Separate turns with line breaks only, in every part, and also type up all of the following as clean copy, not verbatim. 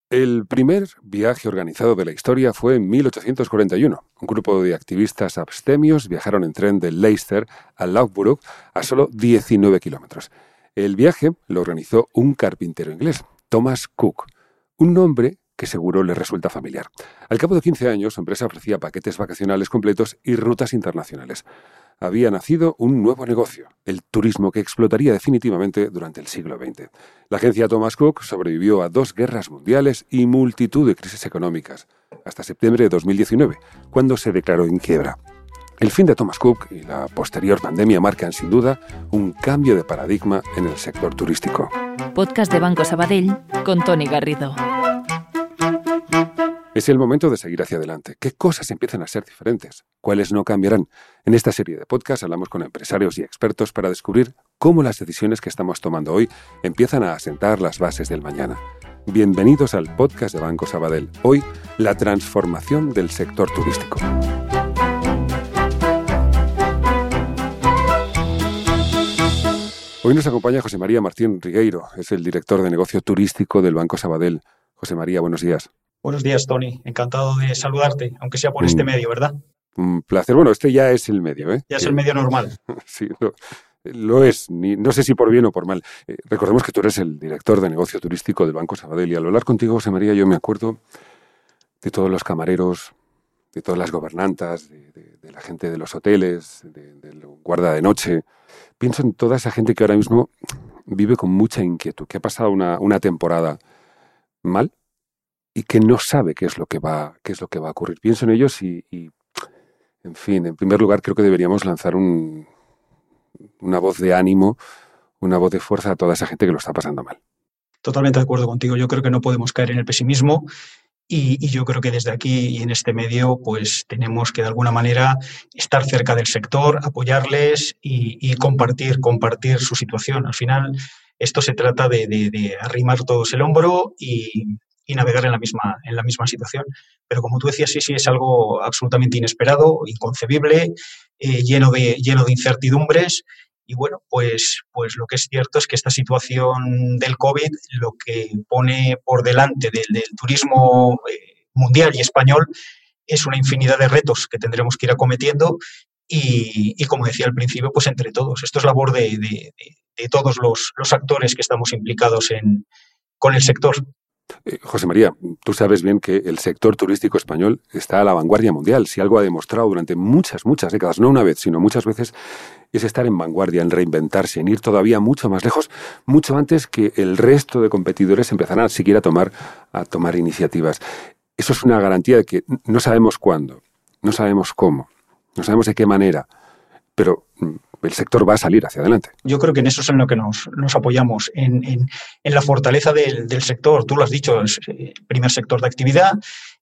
El primer viaje organizado de la historia fue en 1841. Un grupo de activistas abstemios viajaron en tren de Leicester a Loughborough a solo 19 kilómetros. El viaje lo organizó un carpintero inglés, Thomas Cook, un nombre que seguro le resulta familiar. Al cabo de 15 años, su empresa ofrecía paquetes vacacionales completos y rutas internacionales. Había nacido un nuevo negocio, el turismo, que explotaría definitivamente durante el siglo XX. La agencia Thomas Cook sobrevivió a 2 guerras mundiales y multitud de crisis económicas, hasta septiembre de 2019, cuando se declaró en quiebra. El fin de Thomas Cook y la posterior pandemia marcan, sin duda, un cambio de paradigma en el sector turístico.
Podcast de Banco Sabadell con Toni Garrido.
Es el momento de seguir hacia adelante. ¿Qué cosas empiezan a ser diferentes? ¿Cuáles no cambiarán? En esta serie de podcasts hablamos con empresarios y expertos para descubrir cómo las decisiones que estamos tomando hoy empiezan a asentar las bases del mañana. Bienvenidos al podcast de Banco Sabadell. Hoy, la transformación del sector turístico. Hoy nos acompaña José María Martín Rigueiro, es el director de negocio turístico del Banco Sabadell. José María, buenos días.
Buenos días, Toni. Encantado de saludarte, aunque sea por este medio, ¿verdad?
Un placer. Bueno, este ya es el medio, ¿eh?
Ya es el medio normal.
Sí, lo es. No sé si por bien o por mal. Recordemos que tú eres el director de negocio turístico del Banco Sabadell y al hablar contigo, José María, yo me acuerdo de todos los camareros, de todas las gobernantas, de la gente de los hoteles, del guarda de noche. Pienso en toda esa gente que ahora mismo vive con mucha inquietud, que ha pasado una temporada mal y que no sabe qué es lo que va a ocurrir. Pienso en ellos y en fin, en primer lugar creo que deberíamos lanzar una voz de ánimo, una voz de fuerza a toda esa gente que lo está pasando mal.
Totalmente de acuerdo contigo. Yo creo que no podemos caer en el pesimismo y yo creo que desde aquí y en este medio pues tenemos que de alguna manera estar cerca del sector, apoyarles y compartir su situación. Al final esto se trata de arrimar todos el hombro y navegar en la misma situación. Pero como tú decías, sí, es algo absolutamente inesperado, inconcebible, lleno de incertidumbres. Y bueno, pues lo que es cierto es que esta situación del COVID lo que pone por delante del turismo mundial y español es una infinidad de retos que tendremos que ir acometiendo y como decía al principio, pues entre todos. Esto es labor de todos los actores que estamos implicados con el sector.
José María, tú sabes bien que el sector turístico español está a la vanguardia mundial. Si algo ha demostrado durante muchas décadas, no una vez, sino muchas veces, es estar en vanguardia, en reinventarse, en ir todavía mucho más lejos, mucho antes que el resto de competidores empezaran siquiera a tomar iniciativas. Eso es una garantía de que no sabemos cuándo, no sabemos cómo, no sabemos de qué manera, pero el sector va a salir hacia adelante.
Yo creo que en eso es en lo que nos apoyamos, en la fortaleza del sector. Tú lo has dicho, es el primer sector de actividad,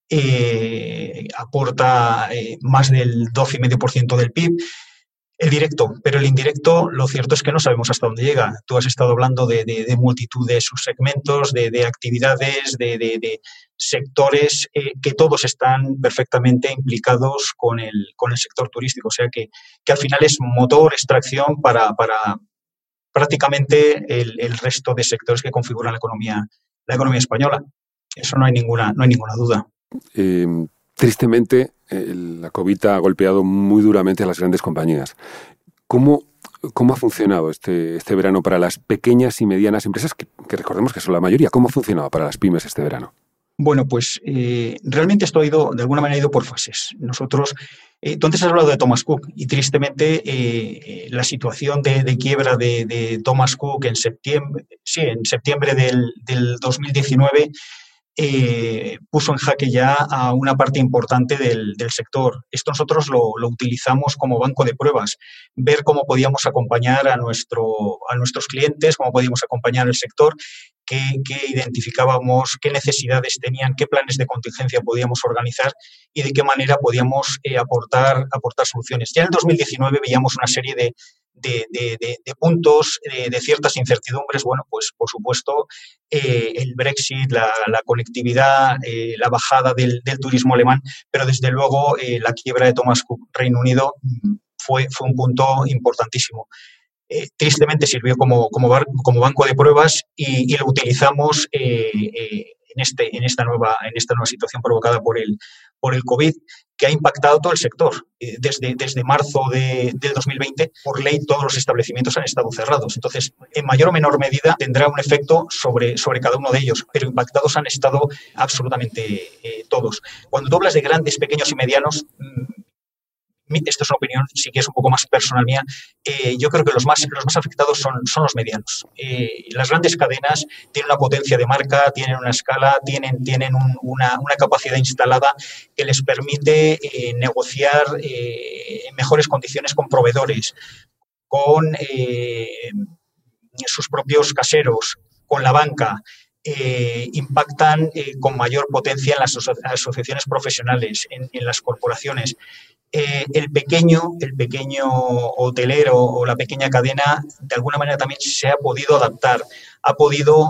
aporta más del 12,5% del PIB. El directo, pero el indirecto, lo cierto es que no sabemos hasta dónde llega. Tú has estado hablando de multitud de subsegmentos, de actividades, de sectores que todos están perfectamente implicados con el sector turístico. O sea que al final es motor, extracción para prácticamente el resto de sectores que configuran la economía española. Eso no hay ninguna duda.
Tristemente, la COVID ha golpeado muy duramente a las grandes compañías. ¿Cómo ha funcionado este verano para las pequeñas y medianas empresas, que recordemos que son la mayoría? ¿Cómo ha funcionado para las pymes este verano?
Bueno, pues realmente esto de alguna manera ha ido por fases. Nosotros, tú antes has hablado de Thomas Cook y tristemente la situación de quiebra de Thomas Cook en septiembre del 2019 puso en jaque ya a una parte importante del sector. Esto nosotros lo utilizamos como banco de pruebas, ver cómo podíamos acompañar a nuestros clientes, cómo podíamos acompañar al sector, qué identificábamos, qué necesidades tenían, qué planes de contingencia podíamos organizar y de qué manera podíamos aportar soluciones. Ya en el 2019 veíamos una serie de puntos, de ciertas incertidumbres. Bueno, pues por supuesto el Brexit, la conectividad, la bajada del turismo alemán, pero desde luego la quiebra de Thomas Cook, Reino Unido, fue un punto importantísimo. Tristemente sirvió como banco de pruebas y lo utilizamos en en esta nueva situación provocada por el COVID, que ha impactado todo el sector. Desde marzo del 2020, por ley, todos los establecimientos han estado cerrados. Entonces, en mayor o menor medida tendrá un efecto sobre cada uno de ellos, pero impactados han estado absolutamente todos. Cuando tú hablas de grandes, pequeños y medianos, esto es una opinión, sí que es un poco más personal mía, yo creo que los más afectados son los medianos. Las grandes cadenas tienen una potencia de marca, tienen una escala, tienen una capacidad instalada que les permite negociar en mejores condiciones con proveedores, con sus propios caseros, con la banca. Impactan con mayor potencia en las asociaciones profesionales, en las corporaciones. El pequeño hotelero o la pequeña cadena, de alguna manera también se ha podido adaptar, ha podido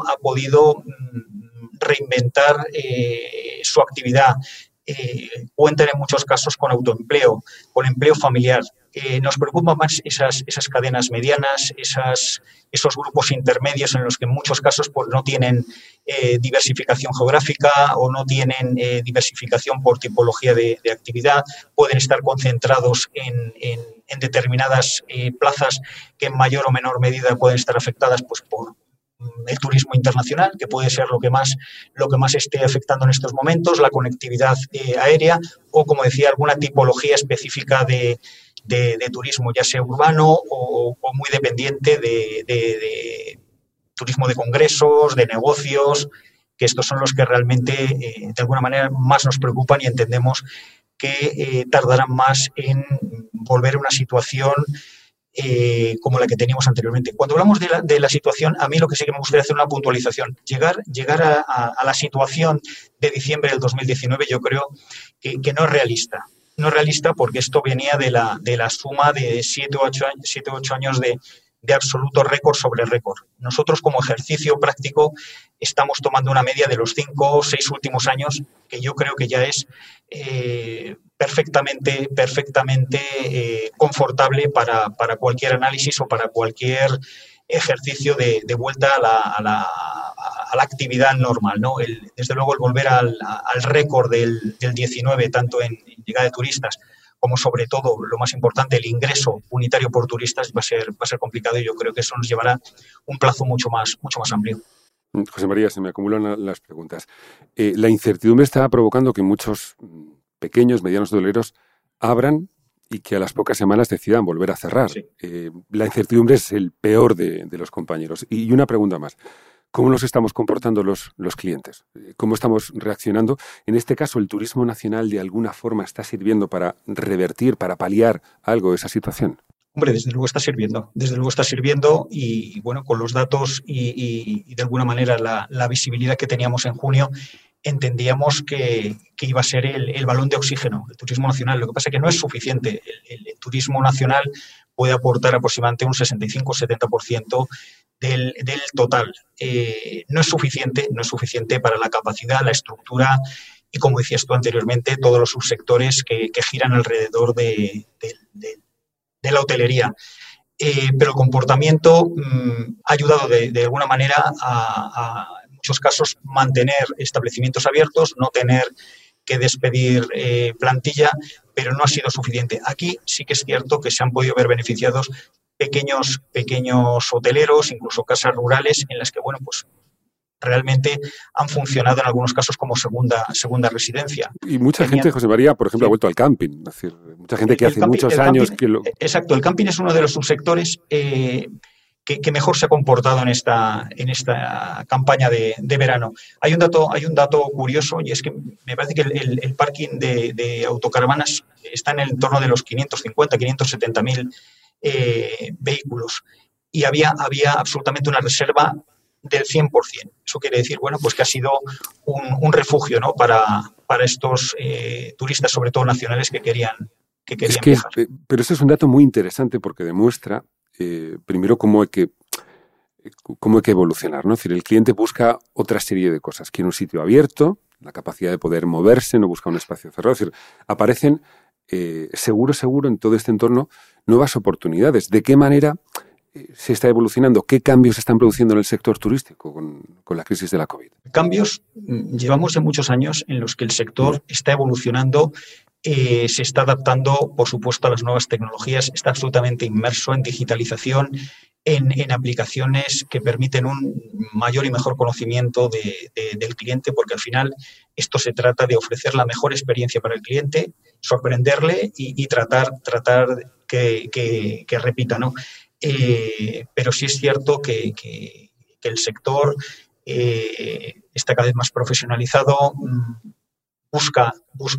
reinventar su actividad. Cuentan en muchos casos con autoempleo, con empleo familiar. Nos preocupan más esas cadenas medianas, esos grupos intermedios en los que en muchos casos pues, no tienen diversificación geográfica o no tienen diversificación por tipología de actividad, pueden estar concentrados en determinadas plazas que en mayor o menor medida pueden estar afectadas pues, por el turismo internacional, que puede ser lo que más esté afectando en estos momentos, la conectividad aérea o, como decía, alguna tipología específica de turismo, ya sea urbano o muy dependiente de turismo de congresos, de negocios, que estos son los que realmente, de alguna manera, más nos preocupan y entendemos que tardarán más en volver a una situación como la que teníamos anteriormente. Cuando hablamos de la situación, a mí lo que sí que me gustaría hacer una puntualización. Llegar a la situación de diciembre del 2019 yo creo que no es realista. No es realista porque esto venía de la suma de 7 o 8 años de absoluto récord sobre récord. Nosotros, como ejercicio práctico, estamos tomando una media de los 5 o 6 últimos años, que yo creo que ya es perfectamente confortable para cualquier análisis o para cualquier ejercicio de vuelta a la actividad normal, ¿no? Desde luego, el volver al récord del 19, tanto en llegada de turistas como, sobre todo, lo más importante, el ingreso unitario por turistas, va a ser complicado y yo creo que eso nos llevará un plazo mucho más amplio.
José María, se me acumulan las preguntas. La incertidumbre está provocando que muchos pequeños, medianos hoteleros abran y que a las pocas semanas decidan volver a cerrar. Sí. La incertidumbre es el peor de los compañeros. Y una pregunta más. ¿Cómo nos estamos comportando los clientes? ¿Cómo estamos reaccionando? En este caso, ¿el turismo nacional de alguna forma está sirviendo para revertir, para paliar algo de esa situación?
Hombre, desde luego está sirviendo y bueno, con los datos y de alguna manera la visibilidad que teníamos en junio, entendíamos que iba a ser el balón de oxígeno, el turismo nacional. Lo que pasa es que no es suficiente. El turismo nacional puede aportar aproximadamente un 65-70% del total. No es suficiente para la capacidad, la estructura y, como decías tú anteriormente, todos los subsectores que giran alrededor de la hotelería. Pero el comportamiento ha ayudado de alguna manera a en muchos casos mantener establecimientos abiertos, no tener que despedir plantilla, pero no ha sido suficiente. Aquí sí que es cierto que se han podido ver beneficiados pequeños hoteleros, incluso casas rurales, en las que, bueno, pues realmente han funcionado en algunos casos como segunda residencia.
Y mucha gente, José María, por ejemplo, sí, ha vuelto al camping. Es decir, mucha gente que hace muchos años que lo...
Exacto, el camping es uno de los subsectores que mejor se ha comportado en esta campaña de verano. Hay un dato curioso, y es que me parece que el parking de autocaravanas está en el torno de los 550.000-570.000 vehículos, y había absolutamente una reserva del 100%. Eso quiere decir, bueno, pues que ha sido un refugio, ¿no?, para estos turistas, sobre todo nacionales, que querían viajar.
Pero eso es un dato muy interesante porque demuestra primero cómo hay que evolucionar, ¿no? Es decir, el cliente busca otra serie de cosas. Quiere un sitio abierto, la capacidad de poder moverse, no busca un espacio cerrado. Es decir, aparecen seguro en todo este entorno nuevas oportunidades. ¿De qué manera se está evolucionando? ¿Qué cambios se están produciendo en el sector turístico con la crisis de la COVID?
Cambios, llevamos ya muchos años en los que el sector está evolucionando, se está adaptando, por supuesto, a las nuevas tecnologías, está absolutamente inmerso en digitalización, en aplicaciones que permiten un mayor y mejor conocimiento del cliente, porque al final esto se trata de ofrecer la mejor experiencia para el cliente, sorprenderle y tratar que repita, ¿no? Pero sí es cierto que el sector está cada vez más profesionalizado, busca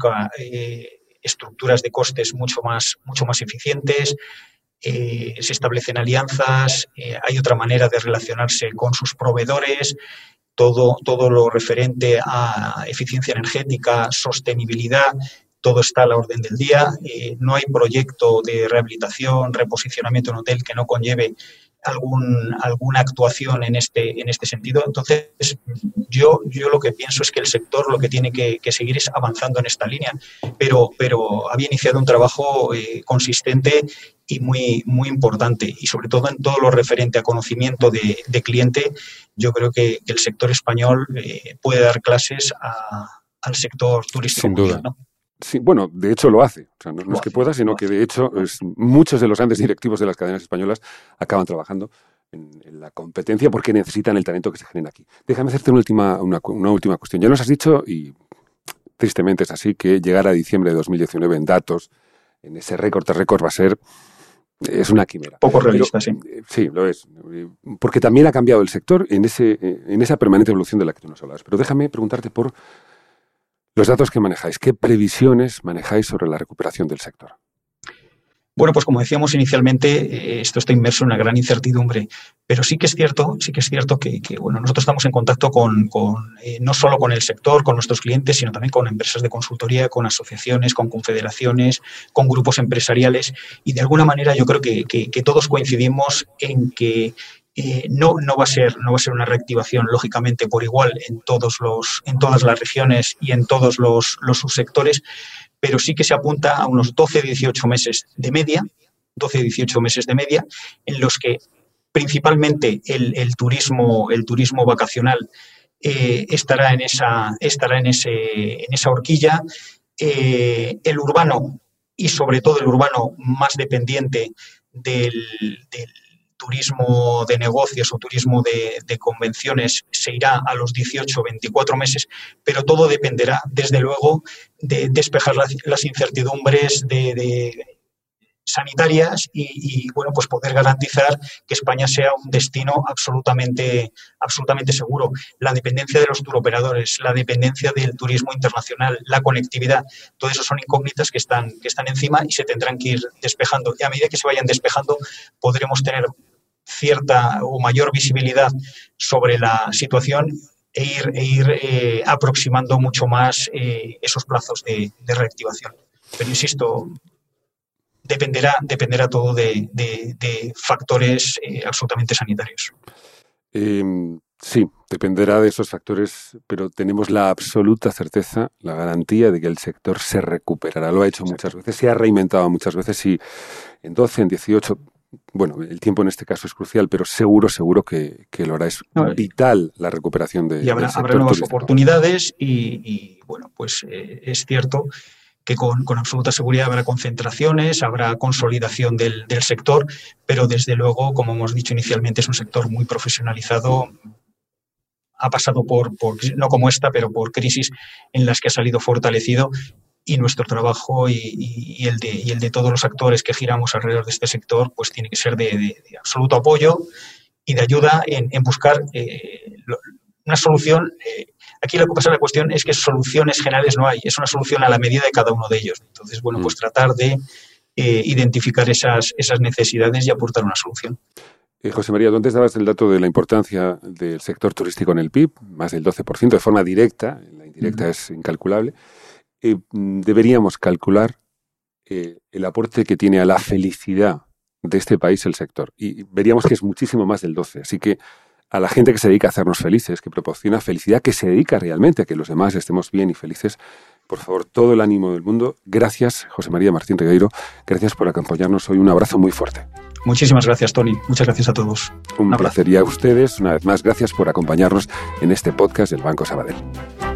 estructuras de costes mucho más eficientes, se establecen alianzas, hay otra manera de relacionarse con sus proveedores, todo lo referente a eficiencia energética, sostenibilidad, todo está a la orden del día. No hay proyecto de rehabilitación, reposicionamiento en hotel que no conlleve alguna actuación en este sentido. Entonces, yo lo que pienso es que el sector lo que tiene que seguir es avanzando en esta línea, pero había iniciado un trabajo consistente y muy importante, y sobre todo en todo lo referente a conocimiento de cliente. Yo creo que el sector español puede dar clases al sector turístico.
Sin duda. ¿No? Sí, bueno, de hecho lo hace. O sea, no es que pueda, sino que de hecho muchos de los grandes directivos de las cadenas españolas acaban trabajando en la competencia porque necesitan el talento que se genera aquí. Déjame hacerte una última cuestión. Ya nos has dicho, y tristemente es así, que llegar a diciembre de 2019 en datos, en ese récord es una quimera.
Poco realista, sí.
Sí, lo es. Porque también ha cambiado el sector en esa permanente evolución de la que tú nos hablabas. Pero déjame preguntarte por los datos que manejáis. ¿Qué previsiones manejáis sobre la recuperación del sector?
Bueno, pues como decíamos inicialmente, esto está inmerso en una gran incertidumbre, pero sí que es cierto que bueno, nosotros estamos en contacto con no solo con el sector, con nuestros clientes, sino también con empresas de consultoría, con asociaciones, con confederaciones, con grupos empresariales, y de alguna manera yo creo que todos coincidimos en que no va a ser una reactivación, lógicamente, por igual en todas las regiones y en todos los subsectores, pero sí que se apunta a unos 12-18 meses de media, en los que principalmente el turismo vacacional estará en esa horquilla, el urbano, y sobre todo el urbano más dependiente del turismo de negocios o turismo de convenciones, se irá a los 18-24 meses, pero todo dependerá, desde luego, de despejar las incertidumbres sanitarias y bueno, pues poder garantizar que España sea un destino absolutamente seguro. La dependencia de los turoperadores, la dependencia del turismo internacional, la conectividad, todo eso son incógnitas que están encima y se tendrán que ir despejando. Y a medida que se vayan despejando, podremos tener cierta o mayor visibilidad sobre la situación e ir aproximando mucho más esos plazos de reactivación. Pero insisto, dependerá todo de factores absolutamente sanitarios.
Sí, dependerá de esos factores, pero tenemos la absoluta certeza, la garantía de que el sector se recuperará. Lo ha hecho muchas veces, se ha reinventado muchas veces y en 12, en 18... Bueno, el tiempo en este caso es crucial, pero seguro que lo hará. Es vital la recuperación del sector
habrá nuevas oportunidades y bueno, pues es cierto que con absoluta seguridad habrá concentraciones, habrá consolidación del sector, pero desde luego, como hemos dicho inicialmente, es un sector muy profesionalizado. Ha pasado por no como esta, pero por crisis en las que ha salido fortalecido. Y nuestro trabajo y el de todos los actores que giramos alrededor de este sector pues tiene que ser de absoluto apoyo y de ayuda en buscar una solución. Aquí lo que pasa, la cuestión es que soluciones generales no hay, es una solución a la medida de cada uno de ellos. Entonces, bueno, pues tratar de identificar esas necesidades y aportar una solución.
José María, tú antes dabas el dato de la importancia del sector turístico en el PIB, más del 12%, de forma directa, la indirecta es incalculable. Deberíamos calcular el aporte que tiene a la felicidad de este país el sector. Y veríamos que es muchísimo más del 12%. Así que a la gente que se dedica a hacernos felices, que proporciona felicidad, que se dedica realmente a que los demás estemos bien y felices, Por favor, todo el ánimo del mundo. Gracias, José María Martín Regueiro. Gracias por acompañarnos hoy. Un abrazo muy fuerte.
Muchísimas gracias, Tony. Muchas gracias a todos.
Un placer. Y a ustedes, una vez más, gracias por acompañarnos en este podcast del Banco Sabadell.